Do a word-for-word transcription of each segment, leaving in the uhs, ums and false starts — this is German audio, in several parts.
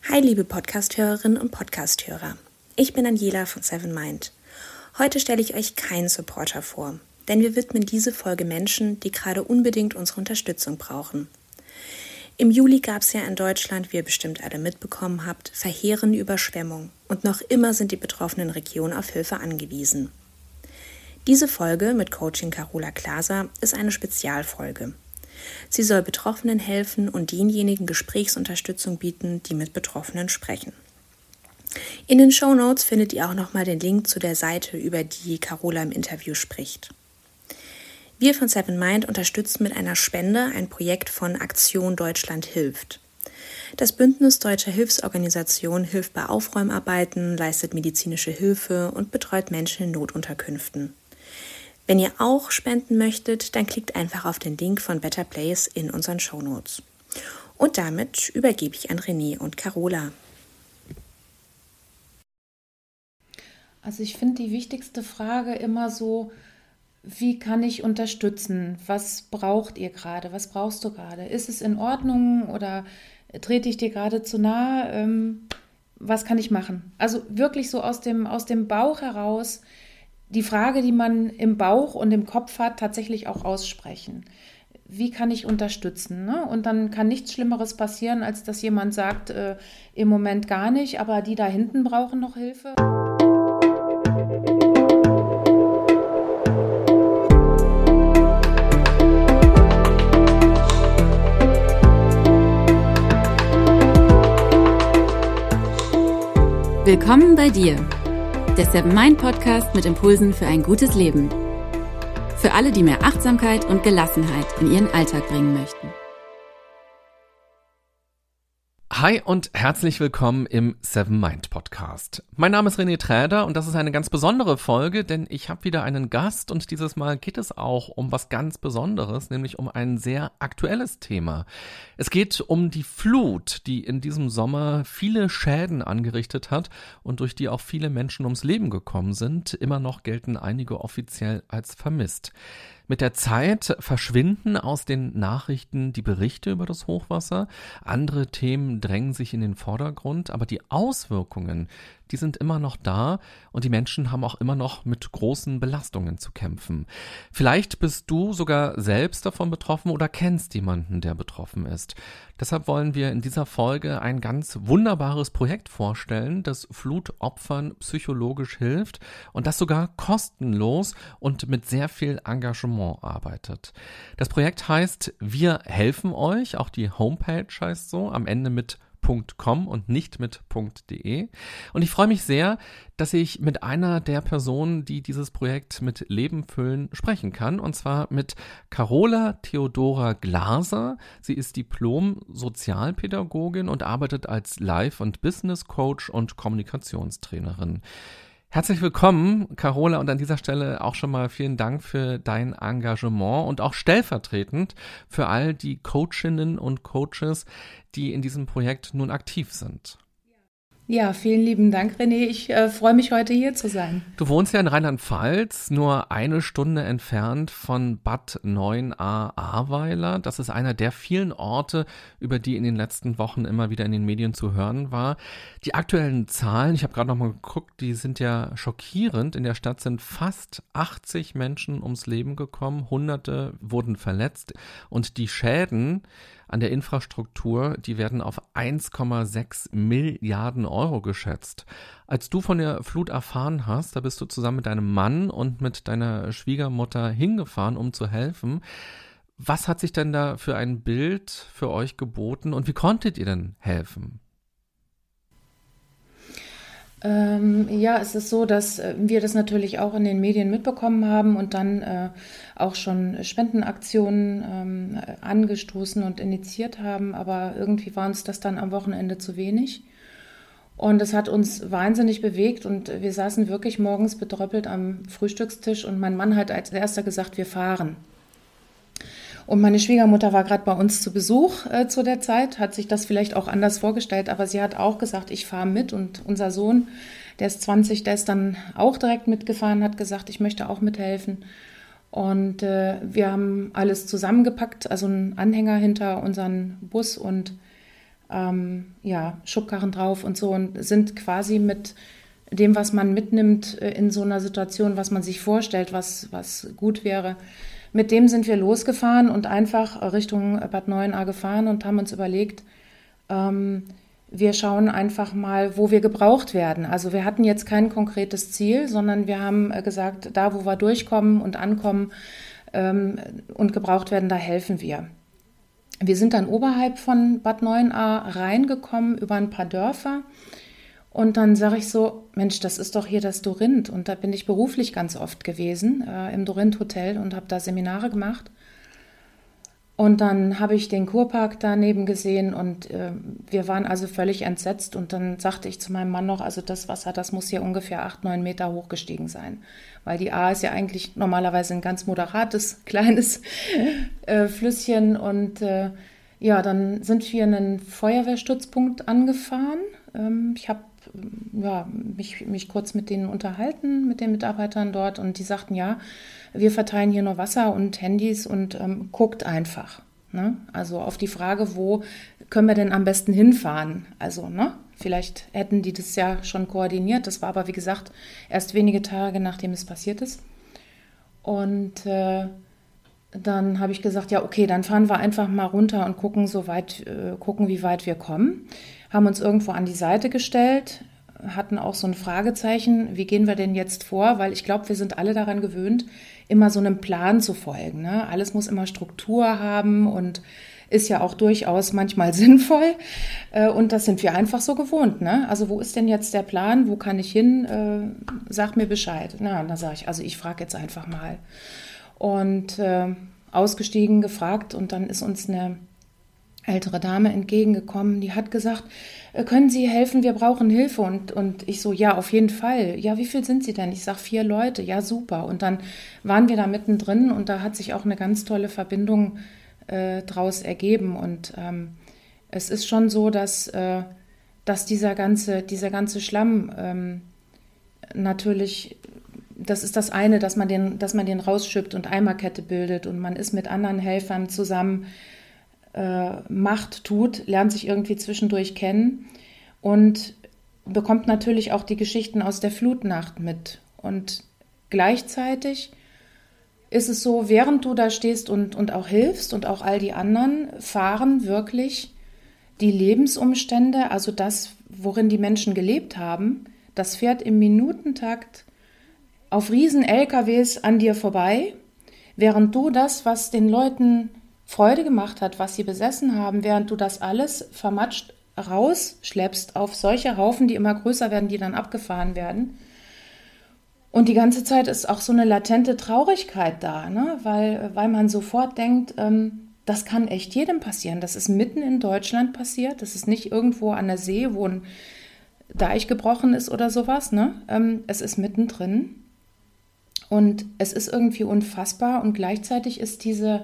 Hi liebe Podcasthörerinnen und Podcasthörer, ich bin Daniela von Seven Mind. Heute stelle ich euch keinen Supporter vor, denn wir widmen diese Folge Menschen, die gerade unbedingt unsere Unterstützung brauchen. Im Juli gab es ja in Deutschland, wie ihr bestimmt alle mitbekommen habt, verheerende Überschwemmungen und noch immer sind die betroffenen Regionen auf Hilfe angewiesen. Diese Folge mit Coachin Carola Glaser ist eine Spezialfolge. Sie soll Betroffenen helfen und denjenigen Gesprächsunterstützung bieten, die mit Betroffenen sprechen. In den Shownotes findet ihr auch nochmal den Link zu der Seite, über die Carola im Interview spricht. Wir von Seven Mind unterstützen mit einer Spende ein Projekt von Aktion Deutschland hilft. Das Bündnis deutscher Hilfsorganisationen hilft bei Aufräumarbeiten, leistet medizinische Hilfe und betreut Menschen in Notunterkünften. Wenn ihr auch spenden möchtet, dann klickt einfach auf den Link von Better Place in unseren Shownotes. Und damit übergebe ich an René und Carola. Also ich finde die wichtigste Frage immer so, wie kann ich unterstützen? Was braucht ihr gerade? Was brauchst du gerade? Ist es in Ordnung oder trete ich dir gerade zu nahe? Ähm, was kann ich machen? Also wirklich so aus dem, aus dem Bauch heraus die Frage, die man im Bauch und im Kopf hat, tatsächlich auch aussprechen. Wie kann ich unterstützen? Ne? Und dann kann nichts Schlimmeres passieren, als dass jemand sagt, äh, im Moment gar nicht, aber die da hinten brauchen noch Hilfe. Willkommen bei dir, der Seven Mind Podcast mit Impulsen für ein gutes Leben. Für alle, die mehr Achtsamkeit und Gelassenheit in ihren Alltag bringen möchten. Hi und herzlich willkommen im Seven Mind Podcast. Mein Name ist René Träder und das ist eine ganz besondere Folge, denn ich habe wieder einen Gast und dieses Mal geht es auch um was ganz Besonderes, nämlich um ein sehr aktuelles Thema. Es geht um die Flut, die in diesem Sommer viele Schäden angerichtet hat und durch die auch viele Menschen ums Leben gekommen sind. Immer noch gelten einige offiziell als vermisst. Mit der Zeit verschwinden aus den Nachrichten die Berichte über das Hochwasser. Andere Themen drängen sich in den Vordergrund, aber die Auswirkungen, die sind immer noch da und die Menschen haben auch immer noch mit großen Belastungen zu kämpfen. Vielleicht bist du sogar selbst davon betroffen oder kennst jemanden, der betroffen ist. Deshalb wollen wir in dieser Folge ein ganz wunderbares Projekt vorstellen, das Flutopfern psychologisch hilft und das sogar kostenlos und mit sehr viel Engagement arbeitet. Das Projekt heißt Wir helfen euch, auch die Homepage heißt so, am Ende mit .com und nicht mit .de. Und ich freue mich sehr, dass ich mit einer der Personen, die dieses Projekt mit Leben füllen, sprechen kann. Und zwar mit Carola Theodora Glaser. Sie ist Diplom-Sozialpädagogin und arbeitet als Life- und Business-Coach und Kommunikationstrainerin. Herzlich willkommen, Carola, und an dieser Stelle auch schon mal vielen Dank für dein Engagement und auch stellvertretend für all die Coachinnen und Coaches, die in diesem Projekt nun aktiv sind. Ja, vielen lieben Dank, René. Ich äh, freue mich, heute hier zu sein. Du wohnst ja in Rheinland-Pfalz, nur eine Stunde entfernt von Bad Neuenahr-Ahrweiler. Das ist einer der vielen Orte, über die in den letzten Wochen immer wieder in den Medien zu hören war. Die aktuellen Zahlen, ich habe gerade noch mal geguckt, die sind ja schockierend. In der Stadt sind fast achtzig Menschen ums Leben gekommen, Hunderte wurden verletzt und die Schäden an der Infrastruktur, die werden auf eins Komma sechs Milliarden Euro geschätzt. Als du von der Flut erfahren hast, da bist du zusammen mit deinem Mann und mit deiner Schwiegermutter hingefahren, um zu helfen. Was hat sich denn da für ein Bild für euch geboten und wie konntet ihr denn helfen? Ähm, ja, es ist so, dass äh, wir das natürlich auch in den Medien mitbekommen haben und dann äh, auch schon Spendenaktionen ähm, angestoßen und initiiert haben, aber irgendwie war uns das dann am Wochenende zu wenig. Und es hat uns wahnsinnig bewegt und wir saßen wirklich morgens betröppelt am Frühstückstisch und mein Mann hat als erster gesagt, wir fahren. Und meine Schwiegermutter war gerade bei uns zu Besuch äh, zu der Zeit, hat sich das vielleicht auch anders vorgestellt, aber sie hat auch gesagt, ich fahre mit. Und unser Sohn, der ist zwanzig, der ist dann auch direkt mitgefahren, hat gesagt, ich möchte auch mithelfen. Und äh, wir haben alles zusammengepackt, also einen Anhänger hinter unseren Bus und ähm, ja, Schubkarren drauf und so und sind quasi mit dem, was man mitnimmt in so einer Situation, was man sich vorstellt, was, was gut wäre. Mit dem sind wir losgefahren und einfach Richtung Bad Neuenahr gefahren und haben uns überlegt, ähm, wir schauen einfach mal, wo wir gebraucht werden. Also wir hatten jetzt kein konkretes Ziel, sondern wir haben gesagt, da wo wir durchkommen und ankommen ähm, und gebraucht werden, da helfen wir. Wir sind dann oberhalb von Bad Neuenahr reingekommen über ein paar Dörfer und dann sage ich so, Mensch, das ist doch hier das Dorinth und da bin ich beruflich ganz oft gewesen äh, im Dorinth Hotel und habe da Seminare gemacht. Und dann habe ich den Kurpark daneben gesehen und äh, wir waren also völlig entsetzt. Und dann sagte ich zu meinem Mann noch, also das Wasser, das muss hier ungefähr acht, neun Meter hochgestiegen sein. Weil die Ahr ist ja eigentlich normalerweise ein ganz moderates, kleines äh, Flüsschen. Und äh, ja, dann sind wir einen Feuerwehrstützpunkt angefahren. Ähm, ich habe ja, mich, mich kurz mit denen unterhalten, mit den Mitarbeitern dort. Und die sagten, ja, wir verteilen hier nur Wasser und Handys und ähm, guckt einfach. Ne? Also auf die Frage, wo können wir denn am besten hinfahren? Also, ne? Vielleicht hätten die das ja schon koordiniert. Das war aber, wie gesagt, erst wenige Tage, nachdem es passiert ist. Und äh, dann habe ich gesagt, ja, okay, dann fahren wir einfach mal runter und gucken, so weit, äh, gucken, wie weit wir kommen. Haben uns irgendwo an die Seite gestellt, hatten auch so ein Fragezeichen, wie gehen wir denn jetzt vor? Weil ich glaube, wir sind alle daran gewöhnt, immer so einem Plan zu folgen. Ne? Alles muss immer Struktur haben und ist ja auch durchaus manchmal sinnvoll. Und das sind wir einfach so gewohnt. Ne? Also wo ist denn jetzt der Plan? Wo kann ich hin? Äh, sag mir Bescheid. Na, und dann sage ich, also ich frage jetzt einfach mal. Und äh, ausgestiegen, gefragt und dann ist uns eine ältere Dame entgegengekommen, die hat gesagt, können Sie helfen, wir brauchen Hilfe. Und, und ich so, ja, auf jeden Fall. Ja, wie viel sind Sie denn? Ich sage, vier Leute. Ja, super. Und dann waren wir da mittendrin und da hat sich auch eine ganz tolle Verbindung äh, draus ergeben. Und ähm, es ist schon so, dass, äh, dass dieser ganze, dieser ganze Schlamm ähm, natürlich, das ist das eine, dass man den, dass man den rausschüppt und Eimerkette bildet und man ist mit anderen Helfern zusammen, macht, tut, lernt sich irgendwie zwischendurch kennen und bekommt natürlich auch die Geschichten aus der Flutnacht mit. Und gleichzeitig ist es so, während du da stehst und, und auch hilfst und auch all die anderen, fahren wirklich die Lebensumstände, also das, worin die Menschen gelebt haben, das fährt im Minutentakt auf riesen L K Ws an dir vorbei, während du das, was den Leuten Freude gemacht hat, was sie besessen haben, während du das alles vermatscht rausschleppst auf solche Haufen, die immer größer werden, die dann abgefahren werden. Und die ganze Zeit ist auch so eine latente Traurigkeit da, ne? weil, weil man sofort denkt, ähm, das kann echt jedem passieren. Das ist mitten in Deutschland passiert, das ist nicht irgendwo an der See, wo ein Deich gebrochen ist oder sowas. Ne? Ähm, es ist mittendrin und es ist irgendwie unfassbar und gleichzeitig ist diese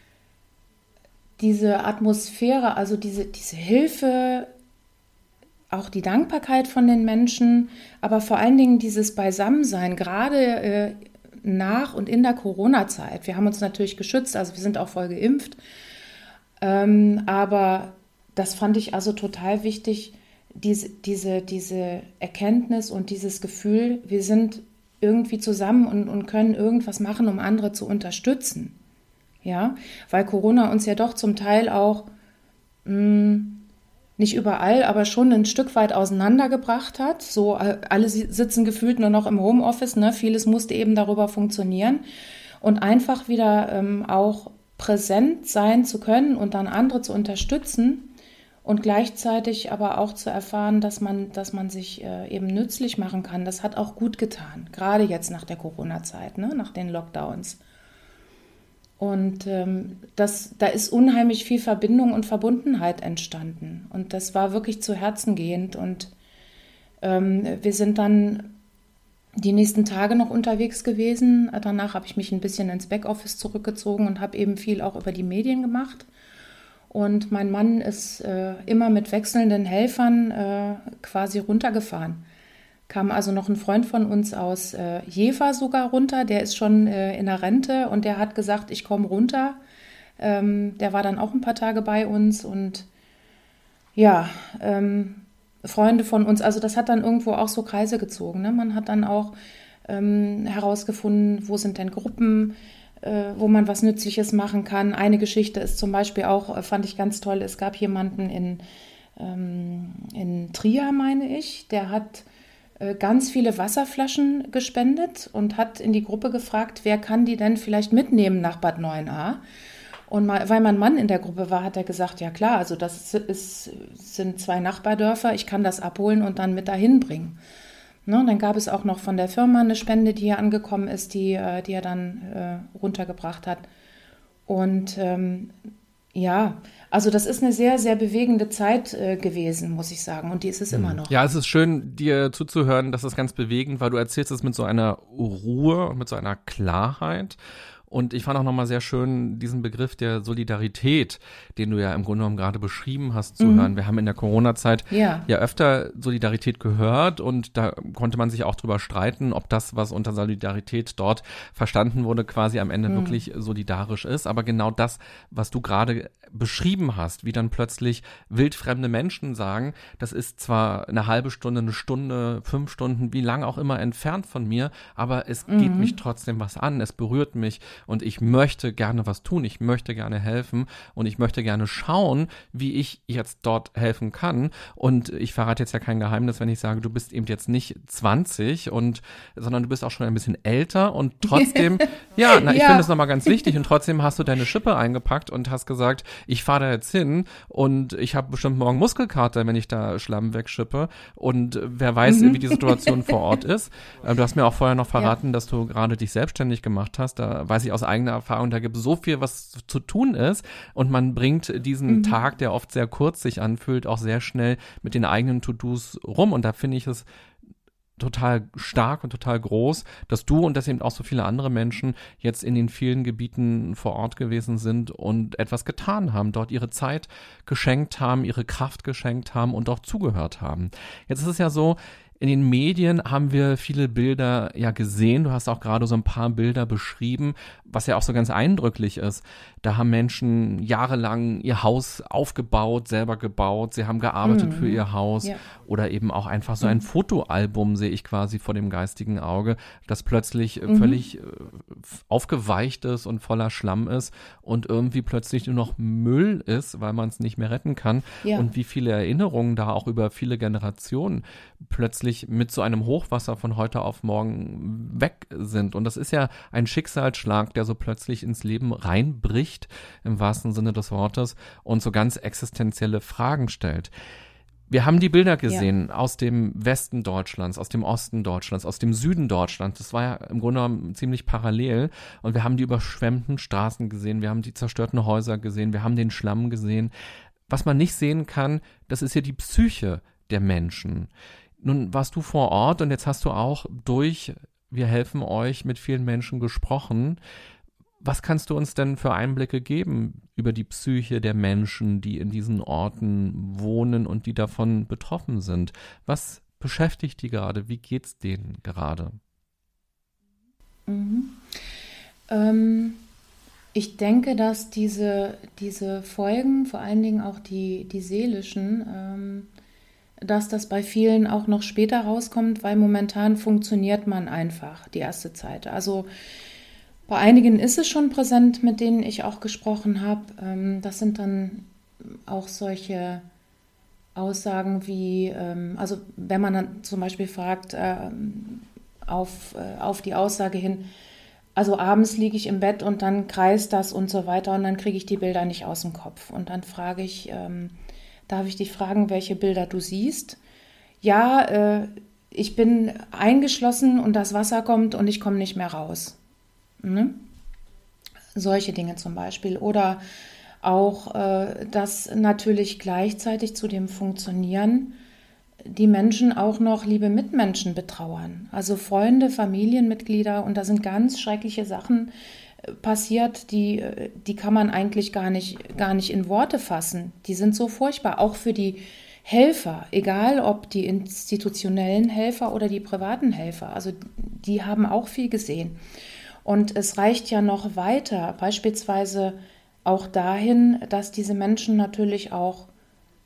Diese Atmosphäre, also diese, diese Hilfe, auch die Dankbarkeit von den Menschen, aber vor allen Dingen dieses Beisammensein, gerade äh, nach und in der Corona-Zeit. Wir haben uns natürlich geschützt, also wir sind auch voll geimpft, ähm, aber das fand ich also total wichtig, diese, diese, diese Erkenntnis und dieses Gefühl, wir sind irgendwie zusammen und, und können irgendwas machen, um andere zu unterstützen. Ja, weil Corona uns ja doch zum Teil auch mh, nicht überall, aber schon ein Stück weit auseinandergebracht hat. So, alle sitzen gefühlt nur noch im Homeoffice, ne? Vieles musste eben darüber funktionieren. Und einfach wieder ähm, auch präsent sein zu können und dann andere zu unterstützen und gleichzeitig aber auch zu erfahren, dass man, dass man sich äh, eben nützlich machen kann. Das hat auch gut getan, gerade jetzt nach der Corona-Zeit, ne? Nach den Lockdowns. Und ähm, das, da ist unheimlich viel Verbindung und Verbundenheit entstanden. Und das war wirklich zu Herzen gehend. Und ähm, wir sind dann die nächsten Tage noch unterwegs gewesen. Danach habe ich mich ein bisschen ins Backoffice zurückgezogen und habe eben viel auch über die Medien gemacht. Und mein Mann ist äh, immer mit wechselnden Helfern äh, quasi runtergefahren. Kam also noch ein Freund von uns aus äh, Jever sogar runter, der ist schon äh, in der Rente und der hat gesagt, ich komme runter. Ähm, der war dann auch ein paar Tage bei uns und ja, ähm, Freunde von uns, also das hat dann irgendwo auch so Kreise gezogen. Ne? Man hat dann auch ähm, herausgefunden, wo sind denn Gruppen, äh, wo man was Nützliches machen kann. Eine Geschichte ist zum Beispiel auch, äh, fand ich ganz toll, es gab jemanden in, ähm, in Trier, meine ich, der hat äh, ganz viele Wasserflaschen gespendet und hat in die Gruppe gefragt, wer kann die denn vielleicht mitnehmen nach Bad Neuenahr? Und mal, weil mein Mann in der Gruppe war, hat er gesagt, ja klar, also das ist, sind zwei Nachbardörfer, ich kann das abholen und dann mit dahin bringen. Ne, dann gab es auch noch von der Firma eine Spende, die hier angekommen ist, die, die er dann äh, runtergebracht hat. Und ähm, ja, also das ist eine sehr, sehr bewegende Zeit äh, gewesen, muss ich sagen. Und die ist es immer noch. Ja, es ist schön, dir zuzuhören, das ist ganz bewegend, weil du erzählst es mit so einer Ruhe und mit so einer Klarheit. Und ich fand auch nochmal sehr schön diesen Begriff der Solidarität, den du ja im Grunde genommen gerade beschrieben hast, zu mhm. hören. Wir haben in der Corona-Zeit ja. ja öfter Solidarität gehört und da konnte man sich auch drüber streiten, ob das, was unter Solidarität dort verstanden wurde, quasi am Ende mhm. wirklich solidarisch ist. Aber genau das, was du gerade beschrieben hast, wie dann plötzlich wildfremde Menschen sagen, das ist zwar eine halbe Stunde, eine Stunde, fünf Stunden, wie lang auch immer entfernt von mir, aber es geht mhm. mich trotzdem was an, es berührt mich. Und ich möchte gerne was tun, ich möchte gerne helfen und ich möchte gerne schauen, wie ich jetzt dort helfen kann. Und ich verrate jetzt ja kein Geheimnis, wenn ich sage, du bist eben jetzt nicht zwanzig, und, sondern du bist auch schon ein bisschen älter und trotzdem, ja, na, ich ja. finde es nochmal ganz wichtig, und trotzdem hast du deine Schippe eingepackt und hast gesagt, ich fahre da jetzt hin und ich habe bestimmt morgen Muskelkater, wenn ich da Schlamm wegschippe, und wer weiß, mhm. wie die Situation vor Ort ist. Du hast mir auch vorher noch verraten, ja. dass du gerade dich selbstständig gemacht hast, da weiß ich aus eigener Erfahrung, da gibt es so viel, was zu tun ist, und man bringt diesen mhm. Tag, der oft sehr kurz sich anfühlt, auch sehr schnell mit den eigenen To-Dos rum, und da finde ich es total stark und total groß, dass du und dass eben auch so viele andere Menschen jetzt in den vielen Gebieten vor Ort gewesen sind und etwas getan haben, dort ihre Zeit geschenkt haben, ihre Kraft geschenkt haben und auch zugehört haben. Jetzt ist es ja so, in den Medien haben wir viele Bilder ja gesehen. Du hast auch gerade so ein paar Bilder beschrieben, was ja auch so ganz eindrücklich ist. Da haben Menschen jahrelang ihr Haus aufgebaut, selber gebaut. Sie haben gearbeitet mhm. für ihr Haus. Ja. Oder eben auch einfach so ein mhm. Fotoalbum sehe ich quasi vor dem geistigen Auge, das plötzlich mhm. völlig aufgeweicht ist und voller Schlamm ist und irgendwie plötzlich nur noch Müll ist, weil man es nicht mehr retten kann. Ja. Und wie viele Erinnerungen da auch über viele Generationen plötzlich mit so einem Hochwasser von heute auf morgen weg sind. Und das ist ja ein Schicksalsschlag, der so plötzlich ins Leben reinbricht, im wahrsten Sinne des Wortes, und so ganz existenzielle Fragen stellt. Wir haben die Bilder gesehen ja. aus dem Westen Deutschlands, aus dem Osten Deutschlands, aus dem Süden Deutschlands. Das war ja im Grunde genommen ziemlich parallel. Und wir haben die überschwemmten Straßen gesehen, wir haben die zerstörten Häuser gesehen, wir haben den Schlamm gesehen. Was man nicht sehen kann, das ist ja die Psyche der Menschen. Nun warst du vor Ort und jetzt hast du auch durch Wir helfen euch mit vielen Menschen gesprochen. Was kannst du uns denn für Einblicke geben über die Psyche der Menschen, die in diesen Orten wohnen und die davon betroffen sind? Was beschäftigt die gerade? Wie geht's denen gerade? Mhm. Ähm, ich denke, dass diese, diese Folgen, vor allen Dingen auch die, die seelischen, ähm, dass das bei vielen auch noch später rauskommt, weil momentan funktioniert man einfach die erste Zeit. Also bei einigen ist es schon präsent, mit denen ich auch gesprochen habe. Das sind dann auch solche Aussagen wie, also wenn man dann zum Beispiel fragt, auf, auf die Aussage hin, also abends liege ich im Bett und dann kreist das und so weiter und dann kriege ich die Bilder nicht aus dem Kopf. Und dann frage ich, darf ich dich fragen, welche Bilder du siehst? Ja, äh, ich bin eingeschlossen und das Wasser kommt und ich komme nicht mehr raus. Ne? Solche Dinge zum Beispiel. Oder auch, äh, dass natürlich gleichzeitig zu dem Funktionieren die Menschen auch noch liebe Mitmenschen betrauern. Also Freunde, Familienmitglieder, und da sind ganz schreckliche Sachen passiert, die, die kann man eigentlich gar nicht, gar nicht in Worte fassen. Die sind so furchtbar, auch für die Helfer, egal ob die institutionellen Helfer oder die privaten Helfer. Also die haben auch viel gesehen. Und es reicht ja noch weiter, beispielsweise auch dahin, dass diese Menschen natürlich auch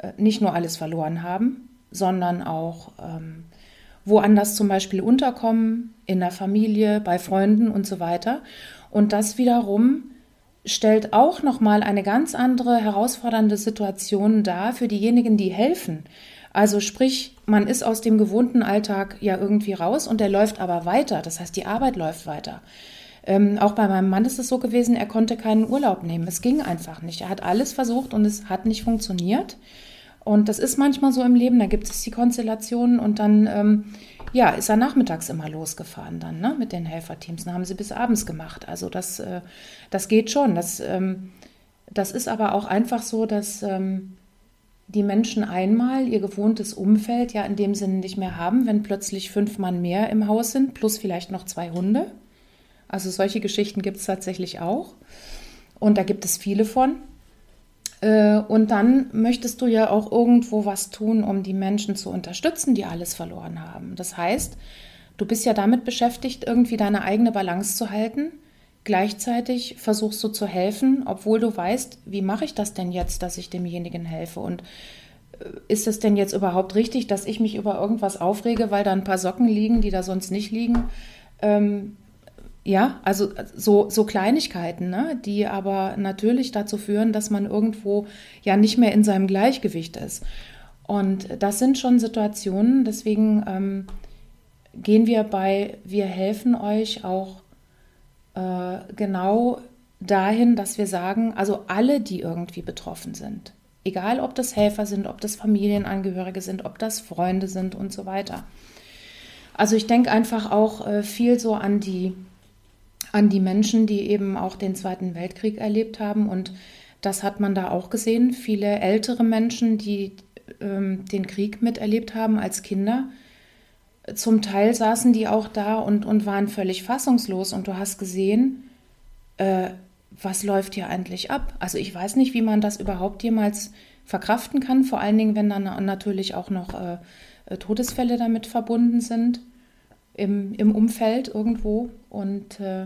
äh, nicht nur alles verloren haben, sondern auch ähm, woanders zum Beispiel unterkommen, in der Familie, bei Freunden und so weiter. Und das wiederum stellt auch nochmal eine ganz andere herausfordernde Situation dar für diejenigen, die helfen. Also sprich, man ist aus dem gewohnten Alltag ja irgendwie raus und der läuft aber weiter. Das heißt, die Arbeit läuft weiter. Ähm, auch bei meinem Mann ist es so gewesen, er konnte keinen Urlaub nehmen. Es ging einfach nicht. Er hat alles versucht und es hat nicht funktioniert. Und das ist manchmal so im Leben, da gibt es die Konstellationen und dann ähm, ja, ist er nachmittags immer losgefahren dann, ne, mit den Helferteams. Dann haben sie bis abends gemacht. Also das, äh, das geht schon. Das, ähm, das ist aber auch einfach so, dass ähm, die Menschen einmal ihr gewohntes Umfeld ja in dem Sinne nicht mehr haben, wenn plötzlich fünf Mann mehr im Haus sind, plus vielleicht noch zwei Hunde. Also solche Geschichten gibt es tatsächlich auch. Und da gibt es viele von. Und dann möchtest du ja auch irgendwo was tun, um die Menschen zu unterstützen, die alles verloren haben. Das heißt, du bist ja damit beschäftigt, irgendwie deine eigene Balance zu halten. Gleichzeitig versuchst du zu helfen, obwohl du weißt, wie mache ich das denn jetzt, dass ich demjenigen helfe? Und ist es denn jetzt überhaupt richtig, dass ich mich über irgendwas aufrege, weil da ein paar Socken liegen, die da sonst nicht liegen? Ähm, Ja, also so, so Kleinigkeiten, ne, die aber natürlich dazu führen, dass man irgendwo ja nicht mehr in seinem Gleichgewicht ist. Und das sind schon Situationen, deswegen ähm, gehen wir bei Wir helfen euch auch äh, genau dahin, dass wir sagen, also alle, die irgendwie betroffen sind, egal ob das Helfer sind, ob das Familienangehörige sind, ob das Freunde sind und so weiter. Also ich denke einfach auch äh, viel so an die an die Menschen, die eben auch den Zweiten Weltkrieg erlebt haben. Und das hat man da auch gesehen. Viele ältere Menschen, die ähm, den Krieg miterlebt haben als Kinder, zum Teil saßen die auch da und, und waren völlig fassungslos. Und du hast gesehen, äh, was läuft hier eigentlich ab? Also ich weiß nicht, wie man das überhaupt jemals verkraften kann. Vor allen Dingen, wenn dann natürlich auch noch äh, Todesfälle damit verbunden sind. Im, im Umfeld irgendwo und äh,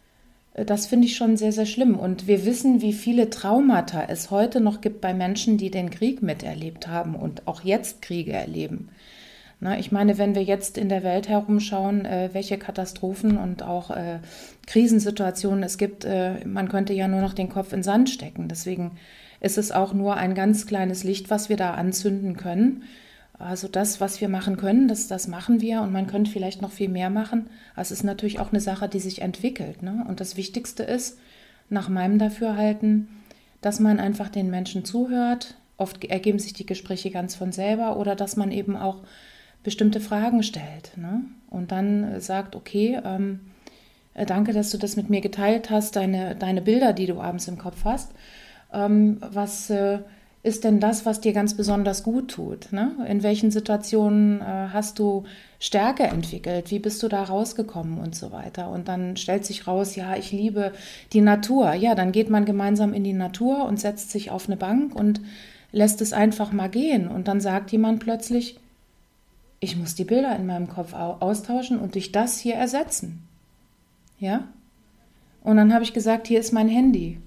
das finde ich schon sehr, sehr schlimm. Und wir wissen, wie viele Traumata es heute noch gibt bei Menschen, die den Krieg miterlebt haben und auch jetzt Kriege erleben. Na, ich meine, wenn wir jetzt in der Welt herumschauen, äh, welche Katastrophen und auch äh, Krisensituationen es gibt, äh, man könnte ja nur noch den Kopf in den Sand stecken. Deswegen ist es auch nur ein ganz kleines Licht, was wir da anzünden können. Also das, was wir machen können, das, das machen wir und man könnte vielleicht noch viel mehr machen. Es ist natürlich auch eine Sache, die sich entwickelt, ne? Und das Wichtigste ist, nach meinem Dafürhalten, dass man einfach den Menschen zuhört. Oft ergeben sich die Gespräche ganz von selber oder dass man eben auch bestimmte Fragen stellt, ne? Und dann sagt, okay, ähm, danke, dass du das mit mir geteilt hast, deine, deine Bilder, die du abends im Kopf hast. Ähm, was... Äh, ist denn das, was dir ganz besonders gut tut? Ne? In welchen Situationen äh, hast du Stärke entwickelt? Wie bist du da rausgekommen und so weiter? Und dann stellt sich raus, ja, ich liebe die Natur. Ja, dann geht man gemeinsam in die Natur und setzt sich auf eine Bank und lässt es einfach mal gehen. Und dann sagt jemand plötzlich, ich muss die Bilder in meinem Kopf austauschen und durch das hier ersetzen. Ja? Und dann habe ich gesagt, hier ist mein Handy.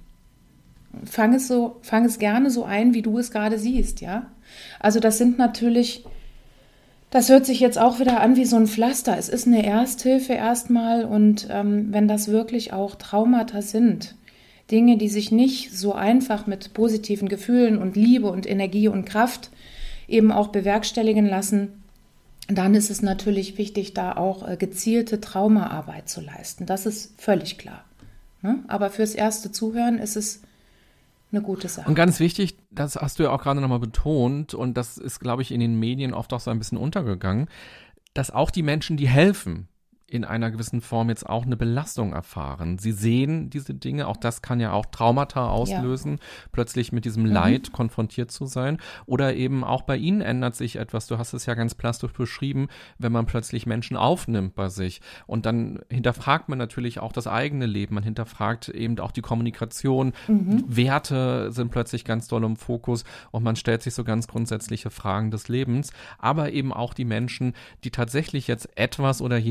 Fang es so, fang es gerne so ein, wie du es gerade siehst, ja. Also das sind natürlich, das hört sich jetzt auch wieder an wie so ein Pflaster. Es ist eine Ersthilfe erstmal und ähm, wenn das wirklich auch Traumata sind, Dinge, die sich nicht so einfach mit positiven Gefühlen und Liebe und Energie und Kraft eben auch bewerkstelligen lassen, dann ist es natürlich wichtig, da auch äh, gezielte Traumaarbeit zu leisten. Das ist völlig klar. Ne? Aber fürs erste Zuhören ist es eine gute Sache. Und ganz wichtig, das hast du ja auch gerade nochmal betont und das ist, glaube ich, in den Medien oft auch so ein bisschen untergegangen, dass auch die Menschen, die helfen, in einer gewissen Form jetzt auch eine Belastung erfahren. Sie sehen diese Dinge, auch das kann ja auch Traumata auslösen, ja. Plötzlich mit diesem mhm. Leid konfrontiert zu sein. Oder eben auch bei ihnen ändert sich etwas. Du hast es ja ganz plastisch beschrieben, wenn man plötzlich Menschen aufnimmt bei sich. Und dann hinterfragt man natürlich auch das eigene Leben. Man hinterfragt eben auch die Kommunikation. Mhm. Werte sind plötzlich ganz doll im Fokus und man stellt sich so ganz grundsätzliche Fragen des Lebens. Aber eben auch die Menschen, die tatsächlich jetzt etwas oder jemanden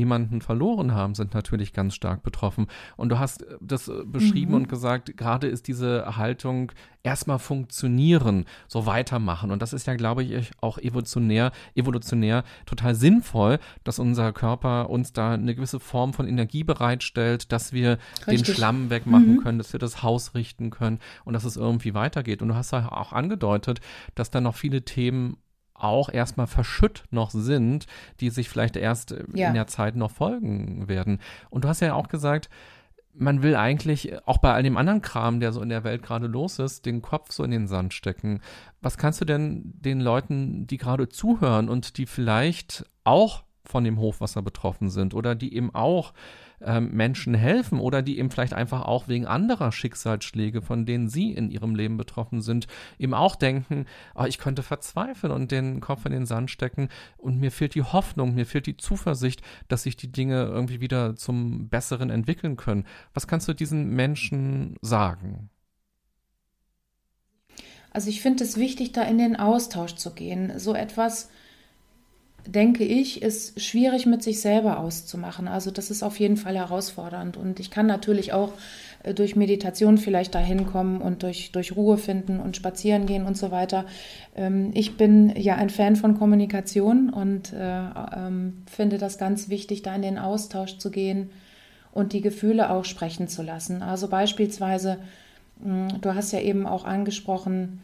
verloren haben, sind natürlich ganz stark betroffen. Und du hast das beschrieben mhm. und gesagt, gerade ist diese Haltung erstmal funktionieren, so weitermachen. Und das ist ja, glaube ich, auch evolutionär, evolutionär total sinnvoll, dass unser Körper uns da eine gewisse Form von Energie bereitstellt, dass wir Richtig. den Schlamm wegmachen mhm. können, dass wir das Haus richten können und dass es irgendwie weitergeht. Und du hast ja auch angedeutet, dass da noch viele Themen auch erstmal verschütt noch sind, die sich vielleicht erst ja. in der Zeit noch folgen werden. Und du hast ja auch gesagt, man will eigentlich auch bei all dem anderen Kram, der so in der Welt gerade los ist, den Kopf so in den Sand stecken. Was kannst du denn den Leuten, die gerade zuhören und die vielleicht auch von dem Hochwasser betroffen sind oder die eben auch ähm, Menschen helfen oder die eben vielleicht einfach auch wegen anderer Schicksalsschläge, von denen sie in ihrem Leben betroffen sind, eben auch denken, oh, ich könnte verzweifeln und den Kopf in den Sand stecken und mir fehlt die Hoffnung, mir fehlt die Zuversicht, dass sich die Dinge irgendwie wieder zum Besseren entwickeln können. Was kannst du diesen Menschen sagen? Also ich finde es wichtig, da in den Austausch zu gehen. So etwas, denke ich, ist schwierig mit sich selber auszumachen. Also das ist auf jeden Fall herausfordernd. Und ich kann natürlich auch äh, durch Meditation vielleicht dahin kommen und durch, durch Ruhe finden und spazieren gehen und so weiter. Ähm, ich bin ja ein Fan von Kommunikation und äh, ähm, finde das ganz wichtig, da in den Austausch zu gehen und die Gefühle auch sprechen zu lassen. Also beispielsweise, mh, du hast ja eben auch angesprochen,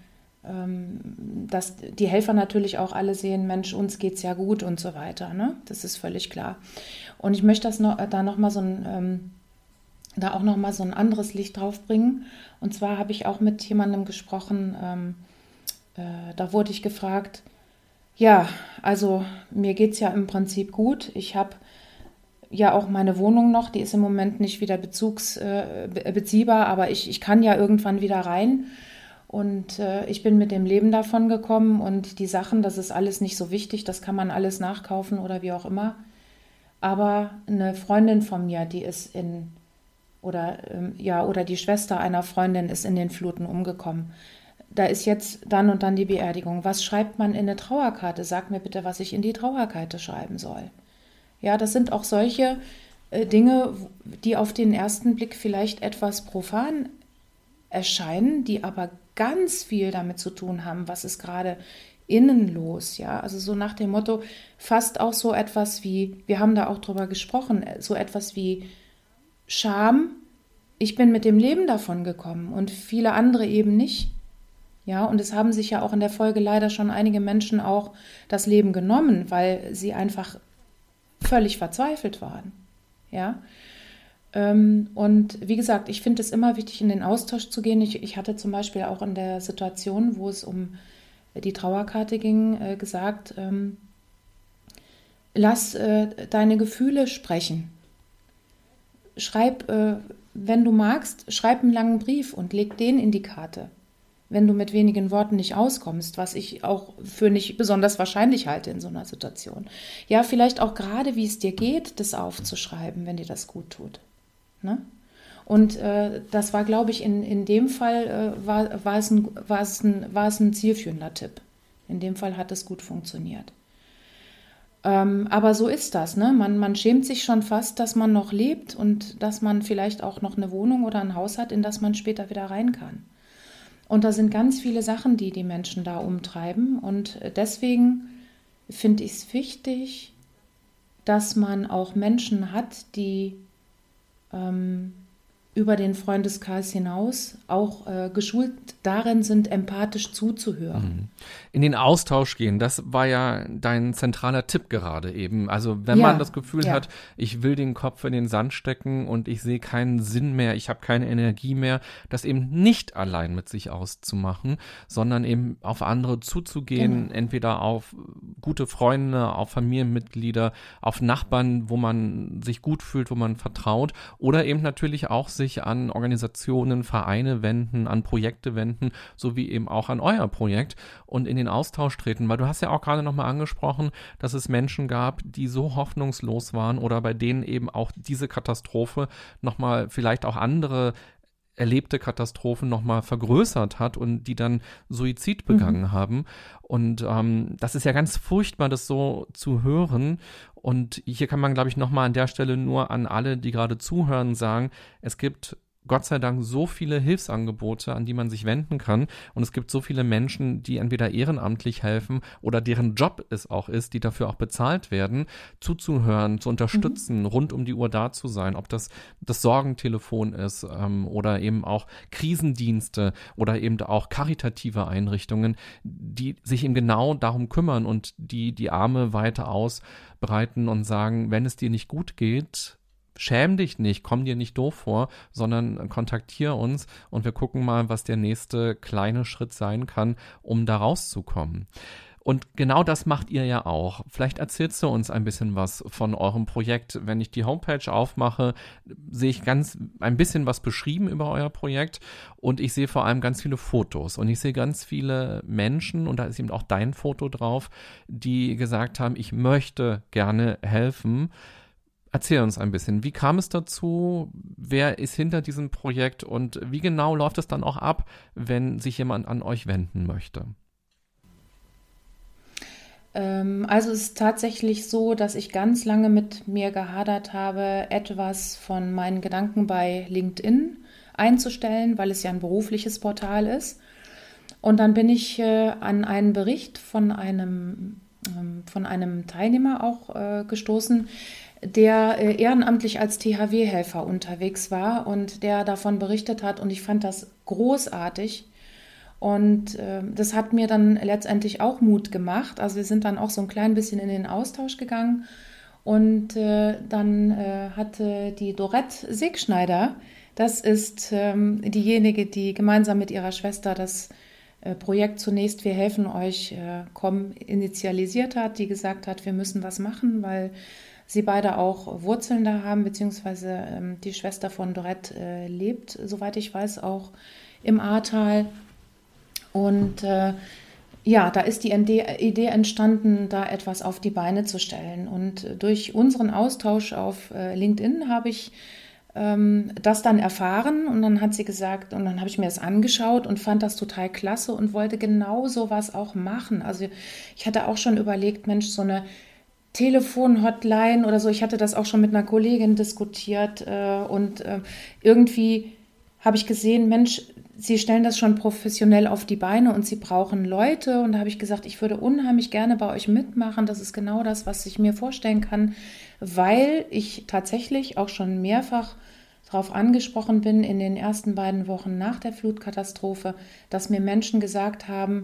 dass die Helfer natürlich auch alle sehen, Mensch, uns geht's ja gut und so weiter, ne? Das ist völlig klar. Und ich möchte das noch, da noch mal so ein, ähm, da auch noch mal so ein anderes Licht drauf bringen. Und zwar habe ich auch mit jemandem gesprochen, ähm, äh, da wurde ich gefragt, ja, also mir geht's ja im Prinzip gut. Ich habe ja auch meine Wohnung noch, die ist im Moment nicht wieder bezugs, äh, beziehbar, aber ich, ich kann ja irgendwann wieder rein. Und äh, ich bin mit dem Leben davon gekommen und die Sachen, das ist alles nicht so wichtig, das kann man alles nachkaufen oder wie auch immer. Aber eine Freundin von mir, die ist in, oder ähm, ja, oder die Schwester einer Freundin ist in den Fluten umgekommen. Da ist jetzt dann und dann die Beerdigung. Was schreibt man in eine Trauerkarte? Sag mir bitte, was ich in die Trauerkarte schreiben soll. Ja, das sind auch solche äh, Dinge, die auf den ersten Blick vielleicht etwas profan erscheinen, die aber ganz viel damit zu tun haben, was ist gerade innen los, ja, also so nach dem Motto, fast auch so etwas wie, wir haben da auch drüber gesprochen, so etwas wie Scham, ich bin mit dem Leben davon gekommen und viele andere eben nicht, ja, und es haben sich ja auch in der Folge leider schon einige Menschen auch das Leben genommen, weil sie einfach völlig verzweifelt waren, ja. Und wie gesagt, ich finde es immer wichtig, in den Austausch zu gehen. Ich, ich hatte zum Beispiel auch in der Situation, wo es um die Trauerkarte ging, äh, gesagt, ähm, lass äh, deine Gefühle sprechen. Schreib, äh, wenn du magst, schreib einen langen Brief und leg den in die Karte. Wenn du mit wenigen Worten nicht auskommst, was ich auch für nicht besonders wahrscheinlich halte in so einer Situation. Ja, vielleicht auch gerade, wie es dir geht, das aufzuschreiben, wenn dir das gut tut. Ne? Und äh, das war, glaube ich, in, in dem Fall äh, war, war, es ein, war, es ein, war es ein zielführender Tipp. In dem Fall hat es gut funktioniert. Ähm, aber so ist das. Ne? Man, man schämt sich schon fast, dass man noch lebt und dass man vielleicht auch noch eine Wohnung oder ein Haus hat, in das man später wieder rein kann. Und da sind ganz viele Sachen, die die Menschen da umtreiben. Und deswegen finde ich es wichtig, dass man auch Menschen hat, die ähm, über den Freundeskreis hinaus auch äh, geschult darin sind, empathisch zuzuhören. In den Austausch gehen, das war ja dein zentraler Tipp gerade eben. Also wenn ja, man das Gefühl ja. hat, ich will den Kopf in den Sand stecken und ich sehe keinen Sinn mehr, ich habe keine Energie mehr, das eben nicht allein mit sich auszumachen, sondern eben auf andere zuzugehen, genau. Entweder auf gute Freunde, auf Familienmitglieder, auf Nachbarn, wo man sich gut fühlt, wo man vertraut, oder eben natürlich auch sich an Organisationen, Vereine wenden, an Projekte wenden, sowie eben auch an euer Projekt und in den Austausch treten, weil du hast ja auch gerade nochmal angesprochen, dass es Menschen gab, die so hoffnungslos waren oder bei denen eben auch diese Katastrophe nochmal vielleicht auch andere erlebte Katastrophen nochmal vergrößert hat und die dann Suizid begangen mhm. haben. Und ähm, das ist ja ganz furchtbar, das so zu hören. Und hier kann man, glaube ich, nochmal an der Stelle nur an alle, die gerade zuhören, sagen, es gibt Gott sei Dank so viele Hilfsangebote, an die man sich wenden kann. Und es gibt so viele Menschen, die entweder ehrenamtlich helfen oder deren Job es auch ist, die dafür auch bezahlt werden, zuzuhören, zu unterstützen, mhm. rund um die Uhr da zu sein. Ob das das Sorgentelefon ist ähm, oder eben auch Krisendienste oder eben auch karitative Einrichtungen, die sich eben genau darum kümmern und die die Arme weiter ausbreiten und sagen, wenn es dir nicht gut geht, schäm dich nicht, komm dir nicht doof vor, sondern kontaktier uns und wir gucken mal, was der nächste kleine Schritt sein kann, um da rauszukommen. Und genau das macht ihr ja auch. Vielleicht erzählst du uns ein bisschen was von eurem Projekt. Wenn ich die Homepage aufmache, sehe ich ganz ein bisschen was beschrieben über euer Projekt und ich sehe vor allem ganz viele Fotos und ich sehe ganz viele Menschen und da ist eben auch dein Foto drauf, die gesagt haben, ich möchte gerne helfen. Erzähl uns ein bisschen, wie kam es dazu, wer ist hinter diesem Projekt und wie genau läuft es dann auch ab, wenn sich jemand an euch wenden möchte? Ähm, also es ist tatsächlich so, dass ich ganz lange mit mir gehadert habe, etwas von meinen Gedanken bei LinkedIn einzustellen, weil es ja ein berufliches Portal ist. Und dann bin ich äh, an einen Bericht von einem, ähm, von einem Teilnehmer auch äh, gestoßen, der äh, ehrenamtlich als T H W-Helfer unterwegs war und der davon berichtet hat und ich fand das großartig und äh, das hat mir dann letztendlich auch Mut gemacht. Also wir sind dann auch so ein klein bisschen in den Austausch gegangen und äh, dann äh, hatte die Dorette Segschneider, das ist ähm, diejenige, die gemeinsam mit ihrer Schwester das äh, Projekt Zunächst Wir helfen euch äh, komm initialisiert hat, die gesagt hat, wir müssen was machen, weil sie beide auch Wurzeln da haben, beziehungsweise ähm, die Schwester von Dorette äh, lebt, soweit ich weiß, auch im Ahrtal. Und äh, ja, da ist die Idee entstanden, da etwas auf die Beine zu stellen. Und durch unseren Austausch auf äh, LinkedIn habe ich ähm, das dann erfahren und dann hat sie gesagt, und dann habe ich mir das angeschaut und fand das total klasse und wollte genau sowas auch machen. Also ich hatte auch schon überlegt, Mensch, so eine Telefon-Hotline oder so. Ich hatte das auch schon mit einer Kollegin diskutiert äh, und äh, irgendwie habe ich gesehen, Mensch, Sie stellen das schon professionell auf die Beine und Sie brauchen Leute. Und da habe ich gesagt, ich würde unheimlich gerne bei euch mitmachen. Das ist genau das, was ich mir vorstellen kann, weil ich tatsächlich auch schon mehrfach darauf angesprochen bin in den ersten beiden Wochen nach der Flutkatastrophe, dass mir Menschen gesagt haben,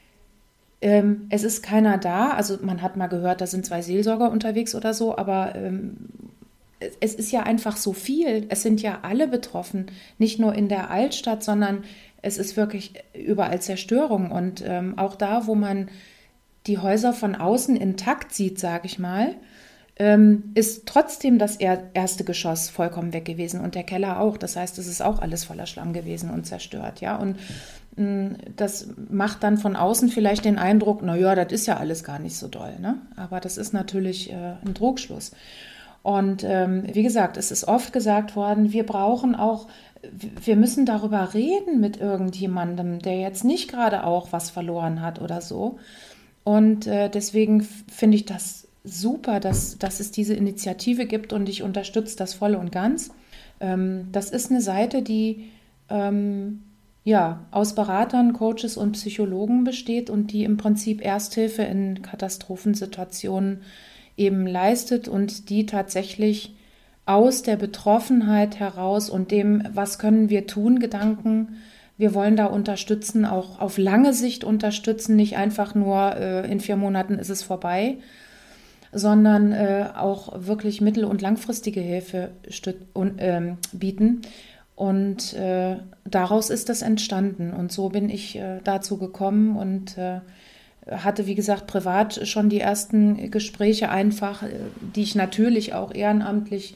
Ähm, es ist keiner da, also man hat mal gehört, da sind zwei Seelsorger unterwegs oder so, aber ähm, es, es ist ja einfach so viel. Es sind ja alle betroffen, nicht nur in der Altstadt, sondern es ist wirklich überall Zerstörung. Und ähm, auch da, wo man die Häuser von außen intakt sieht, sage ich mal, ähm, ist trotzdem das er- erste Geschoss vollkommen weg gewesen und der Keller auch. Das heißt, es ist auch alles voller Schlamm gewesen und zerstört, ja. Und das macht dann von außen vielleicht den Eindruck, naja, das ist ja alles gar nicht so doll, ne? Aber das ist natürlich äh, ein Trugschluss. Und ähm, wie gesagt, es ist oft gesagt worden, wir brauchen auch, wir müssen darüber reden mit irgendjemandem, der jetzt nicht gerade auch was verloren hat oder so. Und äh, deswegen finde ich das super, dass, dass es diese Initiative gibt und ich unterstütze das voll und ganz. Ähm, das ist eine Seite, die ähm, ja, aus Beratern, Coaches und Psychologen besteht und die im Prinzip Ersthilfe in Katastrophensituationen eben leistet und die tatsächlich aus der Betroffenheit heraus und dem, was können wir tun, Gedanken, wir wollen da unterstützen, auch auf lange Sicht unterstützen, nicht einfach nur äh, in vier Monaten ist es vorbei, sondern äh, auch wirklich mittel- und langfristige Hilfe stüt- und, ähm, bieten. Und äh, daraus ist das entstanden. Und so bin ich äh, dazu gekommen und äh, hatte, wie gesagt, privat schon die ersten Gespräche einfach, äh, die ich natürlich auch ehrenamtlich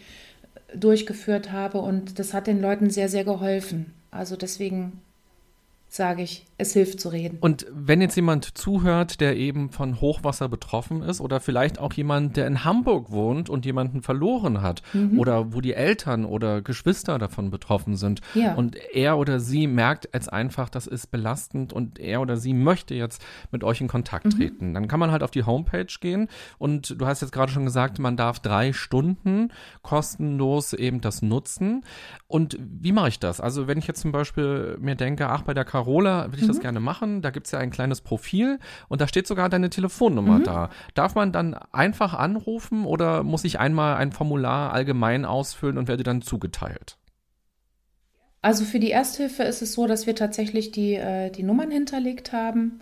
durchgeführt habe. Und das hat den Leuten sehr, sehr geholfen. Also deswegen sage ich, es hilft zu reden. Und wenn jetzt jemand zuhört, der eben von Hochwasser betroffen ist oder vielleicht auch jemand, der in Hamburg wohnt und jemanden verloren hat mhm. oder wo die Eltern oder Geschwister davon betroffen sind ja. und er oder sie merkt jetzt einfach, das ist belastend und er oder sie möchte jetzt mit euch in Kontakt treten, mhm. dann kann man halt auf die Homepage gehen und du hast jetzt gerade schon gesagt, man darf drei Stunden kostenlos eben das nutzen. Und wie mache ich das? Also wenn ich jetzt zum Beispiel mir denke, ach, bei der Carola will ich mhm. das gerne machen, da gibt es ja ein kleines Profil und da steht sogar deine Telefonnummer mhm. da. Darf man dann einfach anrufen oder muss ich einmal ein Formular allgemein ausfüllen und werde dann zugeteilt? Also für die Ersthilfe ist es so, dass wir tatsächlich die, äh, die Nummern hinterlegt haben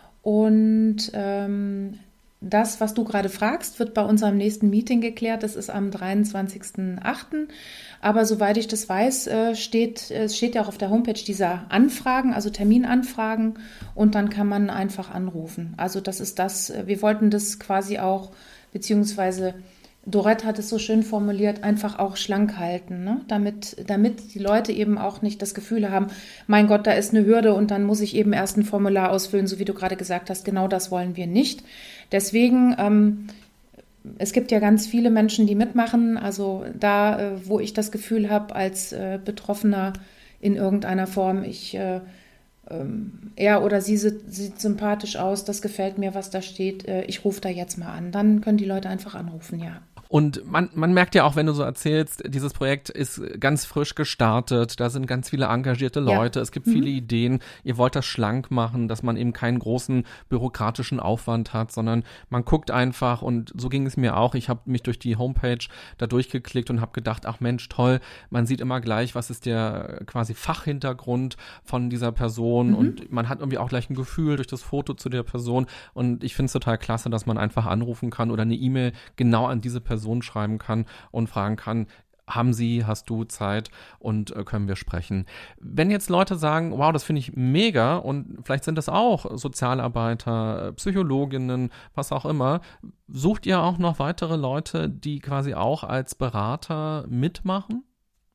und ähm, das, was du gerade fragst, wird bei unserem nächsten Meeting geklärt. Das ist am dreiundzwanzigsten achten Aber soweit ich das weiß, steht, es steht ja auch auf der Homepage dieser Anfragen, also Terminanfragen. Und dann kann man einfach anrufen. Also das ist das, wir wollten das quasi auch, beziehungsweise Dorette hat es so schön formuliert, einfach auch schlank halten, ne? damit, damit die Leute eben auch nicht das Gefühl haben, mein Gott, da ist eine Hürde und dann muss ich eben erst ein Formular ausfüllen, so wie du gerade gesagt hast. Genau das wollen wir nicht. Deswegen, ähm, es gibt ja ganz viele Menschen, die mitmachen. Also da, äh, wo ich das Gefühl habe, als äh, Betroffener in irgendeiner Form, ich, äh, ähm, er oder sie sieht, sieht sympathisch aus, das gefällt mir, was da steht, äh, ich rufe da jetzt mal an. Dann können die Leute einfach anrufen, ja. Und man, man merkt ja auch, wenn du so erzählst, dieses Projekt ist ganz frisch gestartet, da sind ganz viele engagierte Leute, ja. es gibt mhm. viele Ideen, ihr wollt das schlank machen, dass man eben keinen großen bürokratischen Aufwand hat, sondern man guckt einfach und so ging es mir auch, ich habe mich durch die Homepage da durchgeklickt und habe gedacht, ach Mensch, toll, man sieht immer gleich, was ist der quasi Fachhintergrund von dieser Person mhm. und man hat irgendwie auch gleich ein Gefühl durch das Foto zu der Person und ich finde es total klasse, dass man einfach anrufen kann oder eine E-Mail genau an diese Person schreiben kann und fragen kann, haben Sie, hast du Zeit und äh, können wir sprechen. Wenn jetzt Leute sagen, wow, das finde ich mega und vielleicht sind das auch Sozialarbeiter, Psychologinnen, was auch immer, sucht ihr auch noch weitere Leute, die quasi auch als Berater mitmachen?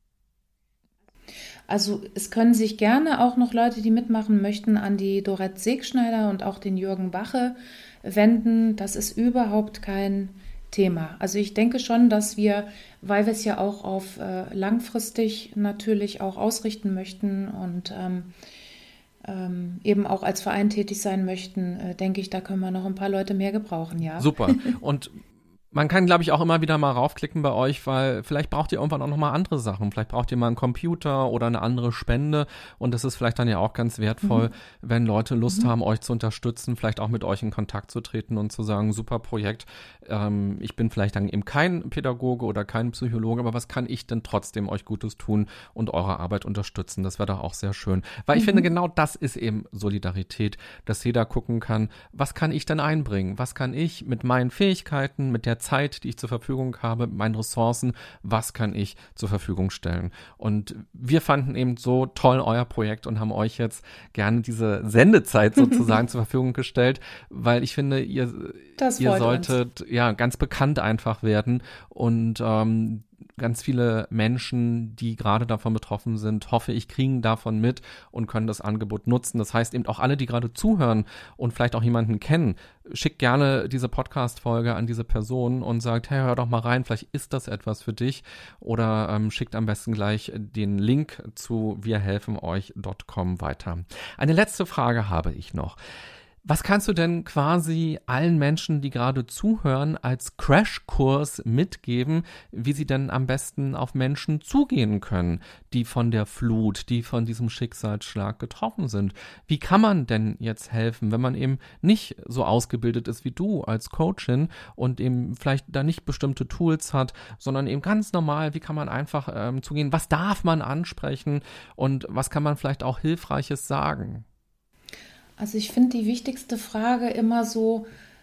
Also es können sich gerne auch noch Leute, die mitmachen möchten, an die Dorette Segschneider und auch den Jürgen Bache wenden. Das ist überhaupt kein Thema. Also ich denke schon, dass wir, weil wir es ja auch auf äh, langfristig natürlich auch ausrichten möchten und ähm, ähm, eben auch als Verein tätig sein möchten, äh, denke ich, da können wir noch ein paar Leute mehr gebrauchen, ja. Super. Und man kann, glaube ich, auch immer wieder mal raufklicken bei euch, weil vielleicht braucht ihr irgendwann auch nochmal andere Sachen. Vielleicht braucht ihr mal einen Computer oder eine andere Spende und das ist vielleicht dann ja auch ganz wertvoll, mhm. wenn Leute Lust mhm. haben, euch zu unterstützen, vielleicht auch mit euch in Kontakt zu treten und zu sagen, super Projekt, ähm, ich bin vielleicht dann eben kein Pädagoge oder kein Psychologe, aber was kann ich denn trotzdem euch Gutes tun und eure Arbeit unterstützen? Das wäre doch auch sehr schön. Weil ich mhm. finde, genau das ist eben Solidarität, dass jeder gucken kann, was kann ich denn einbringen? Was kann ich mit meinen Fähigkeiten, mit der Zeit, die ich zur Verfügung habe, meinen Ressourcen, was kann ich zur Verfügung stellen? Und wir fanden eben so toll euer Projekt und haben euch jetzt gerne diese Sendezeit sozusagen zur Verfügung gestellt, weil ich finde, ihr, ihr solltet uns. ja ganz bekannt einfach werden und ähm, ganz viele Menschen, die gerade davon betroffen sind, hoffe ich, kriegen davon mit und können das Angebot nutzen. Das heißt eben auch alle, die gerade zuhören und vielleicht auch jemanden kennen, schickt gerne diese Podcast-Folge an diese Person und sagt, hey, hör doch mal rein, vielleicht ist das etwas für dich oder ähm, schickt am besten gleich den Link zu wir helfen euch Punkt com weiter. Eine letzte Frage habe ich noch. Was kannst du denn quasi allen Menschen, die gerade zuhören, als Crashkurs mitgeben, wie sie denn am besten auf Menschen zugehen können, die von der Flut, die von diesem Schicksalsschlag getroffen sind? Wie kann man denn jetzt helfen, wenn man eben nicht so ausgebildet ist wie du als Coachin und eben vielleicht da nicht bestimmte Tools hat, sondern eben ganz normal, wie kann man einfach ähm, zugehen? Was darf man ansprechen und was kann man vielleicht auch Hilfreiches sagen? Also ich finde die wichtigste Frage immer so,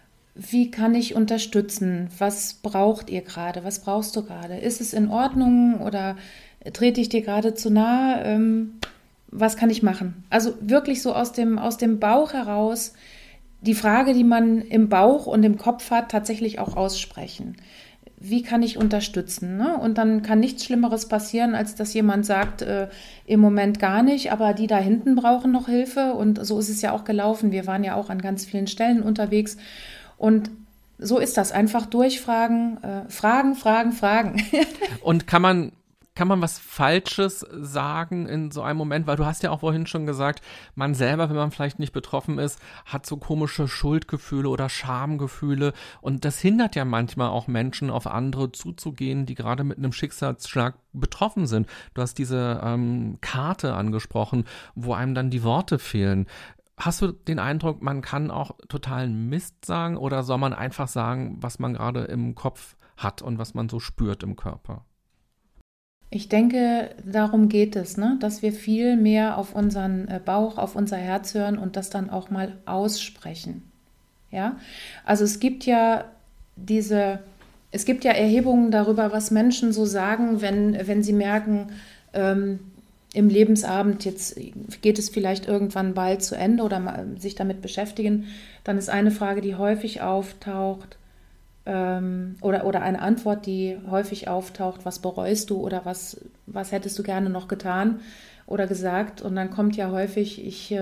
wie kann ich unterstützen? Was braucht ihr gerade? Was brauchst du gerade? Ist es in Ordnung oder trete ich dir gerade zu nahe? Ähm, was kann ich machen? Also wirklich so aus dem, aus dem Bauch heraus die Frage, die man im Bauch und im Kopf hat, tatsächlich auch aussprechen. wie kann ich unterstützen? Ne? Und dann kann nichts Schlimmeres passieren, als dass jemand sagt, äh, im Moment gar nicht, aber die da hinten brauchen noch Hilfe. Und so ist es ja auch gelaufen. Wir waren ja auch an ganz vielen Stellen unterwegs. Und so ist das. Einfach durchfragen, äh, fragen, fragen, fragen. Und kann man... Kann man was Falsches sagen in so einem Moment? Weil du hast ja auch vorhin schon gesagt, man selber, wenn man vielleicht nicht betroffen ist, hat so komische Schuldgefühle oder Schamgefühle. Und das hindert ja manchmal auch Menschen, auf andere zuzugehen, die gerade mit einem Schicksalsschlag betroffen sind. Du hast diese ähm, Karte angesprochen, wo einem dann die Worte fehlen. Hast du den Eindruck, man kann auch totalen Mist sagen oder soll man einfach sagen, was man gerade im Kopf hat und was man so spürt im Körper? Ich denke, darum geht es, ne? Dass wir viel mehr auf unseren Bauch, auf unser Herz hören und das dann auch mal aussprechen. Ja? Also es gibt ja diese, es gibt ja Erhebungen darüber, was Menschen so sagen, wenn, wenn sie merken, ähm, im Lebensabend, jetzt geht es vielleicht irgendwann bald zu Ende oder mal sich damit beschäftigen, dann ist eine Frage, die häufig auftaucht, Oder, oder eine Antwort, die häufig auftaucht, was bereust du oder was, was hättest du gerne noch getan oder gesagt. Und dann kommt ja häufig, ich,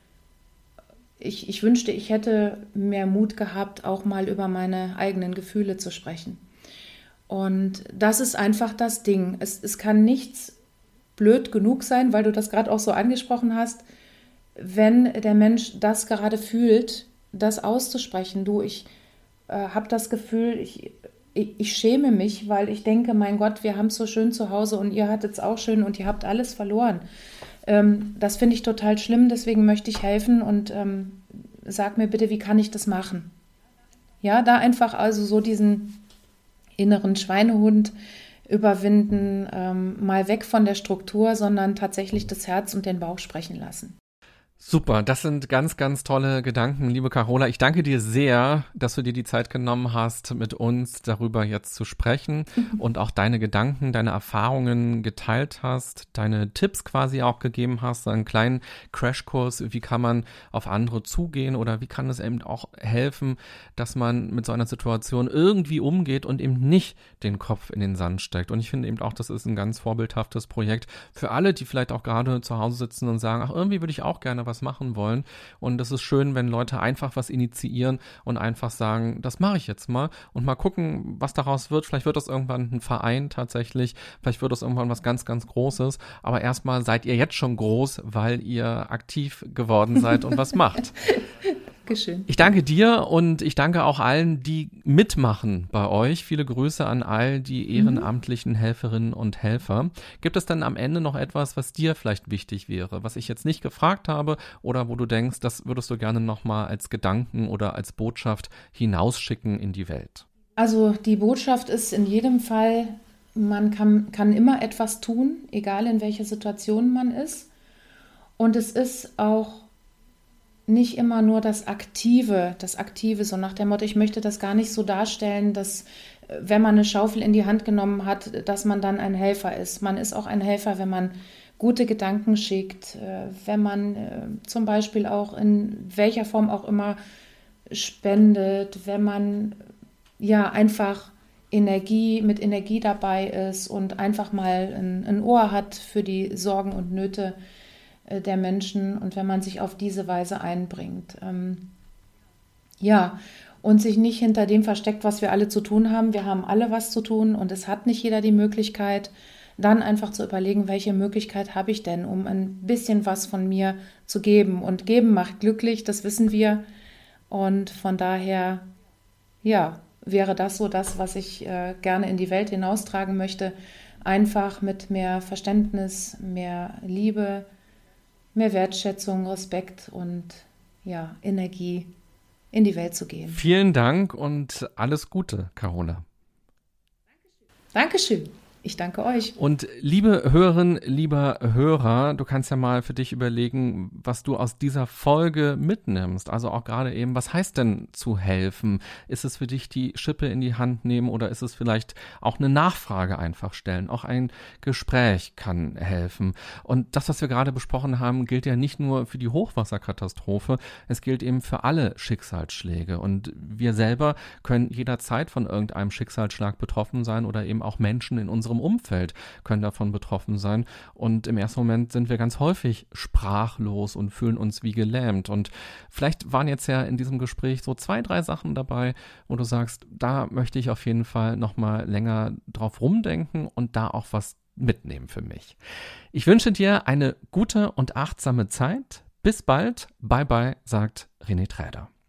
ich, ich wünschte, ich hätte mehr Mut gehabt, auch mal über meine eigenen Gefühle zu sprechen. Und das ist einfach das Ding. Es, es kann nichts blöd genug sein, weil du das gerade auch so angesprochen hast, wenn der Mensch das gerade fühlt, das auszusprechen. Du, ich habe das Gefühl, ich, ich, ich schäme mich, weil ich denke, mein Gott, wir haben es so schön zu Hause und ihr hattet es auch schön und ihr habt alles verloren. Ähm, das finde ich total schlimm, deswegen möchte ich helfen und ähm, sag mir bitte, wie kann ich das machen? Ja, da einfach also so diesen inneren Schweinehund überwinden, ähm, mal weg von der Struktur, sondern tatsächlich das Herz und den Bauch sprechen lassen. Super, das sind ganz, ganz tolle Gedanken, liebe Carola. Ich danke dir sehr, dass du dir die Zeit genommen hast, mit uns darüber jetzt zu sprechen und auch deine Gedanken, deine Erfahrungen geteilt hast, deine Tipps quasi auch gegeben hast, einen kleinen Crashkurs, wie kann man auf andere zugehen oder wie kann es eben auch helfen, dass man mit so einer Situation irgendwie umgeht und eben nicht den Kopf in den Sand steckt. Und ich finde eben auch, das ist ein ganz vorbildhaftes Projekt für alle, die vielleicht auch gerade zu Hause sitzen und sagen, ach, irgendwie würde ich auch gerne was was machen wollen. Und es ist schön, wenn Leute einfach was initiieren und einfach sagen, das mache ich jetzt mal und mal gucken, was daraus wird. Vielleicht wird das irgendwann ein Verein tatsächlich, vielleicht wird das irgendwann was ganz, ganz Großes. Aber erstmal seid ihr jetzt schon groß, weil ihr aktiv geworden seid und was macht. Dankeschön. Ich danke dir und ich danke auch allen, die mitmachen bei euch. Viele Grüße an all die ehrenamtlichen Helferinnen und Helfer. Gibt es dann am Ende noch etwas, was dir vielleicht wichtig wäre, was ich jetzt nicht gefragt habe oder wo du denkst, das würdest du gerne nochmal als Gedanken oder als Botschaft hinausschicken in die Welt? Also die Botschaft ist in jedem Fall, man kann, kann immer etwas tun, egal in welcher Situation man ist. Und es ist auch nicht immer nur das Aktive, das Aktive, so nach dem Motto, ich möchte das gar nicht so darstellen, dass wenn man eine Schaufel in die Hand genommen hat, dass man dann ein Helfer ist. Man ist auch ein Helfer, wenn man gute Gedanken schickt, wenn man zum Beispiel auch in welcher Form auch immer spendet, wenn man ja einfach Energie mit Energie dabei ist und einfach mal ein, ein Ohr hat für die Sorgen und Nöte der Menschen und wenn man sich auf diese Weise einbringt. Ähm, ja, und sich nicht hinter dem versteckt, was wir alle zu tun haben. Wir haben alle was zu tun und es hat nicht jeder die Möglichkeit, dann einfach zu überlegen, welche Möglichkeit habe ich denn, um ein bisschen was von mir zu geben. Und geben macht glücklich, das wissen wir. Und von daher, ja, wäre das so das, was ich äh, gerne in die Welt hinaustragen möchte. Einfach mit mehr Verständnis, mehr Liebe, mehr Wertschätzung, Respekt und ja, Energie in die Welt zu gehen. Vielen Dank und alles Gute, Carola. Dankeschön. Ich danke euch. Und liebe Hörerinnen, lieber Hörer, du kannst ja mal für dich überlegen, was du aus dieser Folge mitnimmst. Also auch gerade eben, was heißt denn zu helfen? Ist es für dich die Schippe in die Hand nehmen oder ist es vielleicht auch eine Nachfrage einfach stellen? Auch ein Gespräch kann helfen. Und das, was wir gerade besprochen haben, gilt ja nicht nur für die Hochwasserkatastrophe, es gilt eben für alle Schicksalsschläge. Und wir selber können jederzeit von irgendeinem Schicksalsschlag betroffen sein oder eben auch Menschen in unserem Umfeld können davon betroffen sein. Und im ersten Moment sind wir ganz häufig sprachlos und fühlen uns wie gelähmt. Und vielleicht waren jetzt ja in diesem Gespräch so zwei, drei Sachen dabei, wo du sagst, da möchte ich auf jeden Fall nochmal länger drauf rumdenken und da auch was mitnehmen für mich. Ich wünsche dir eine gute und achtsame Zeit. Bis bald. Bye bye, sagt René Träder.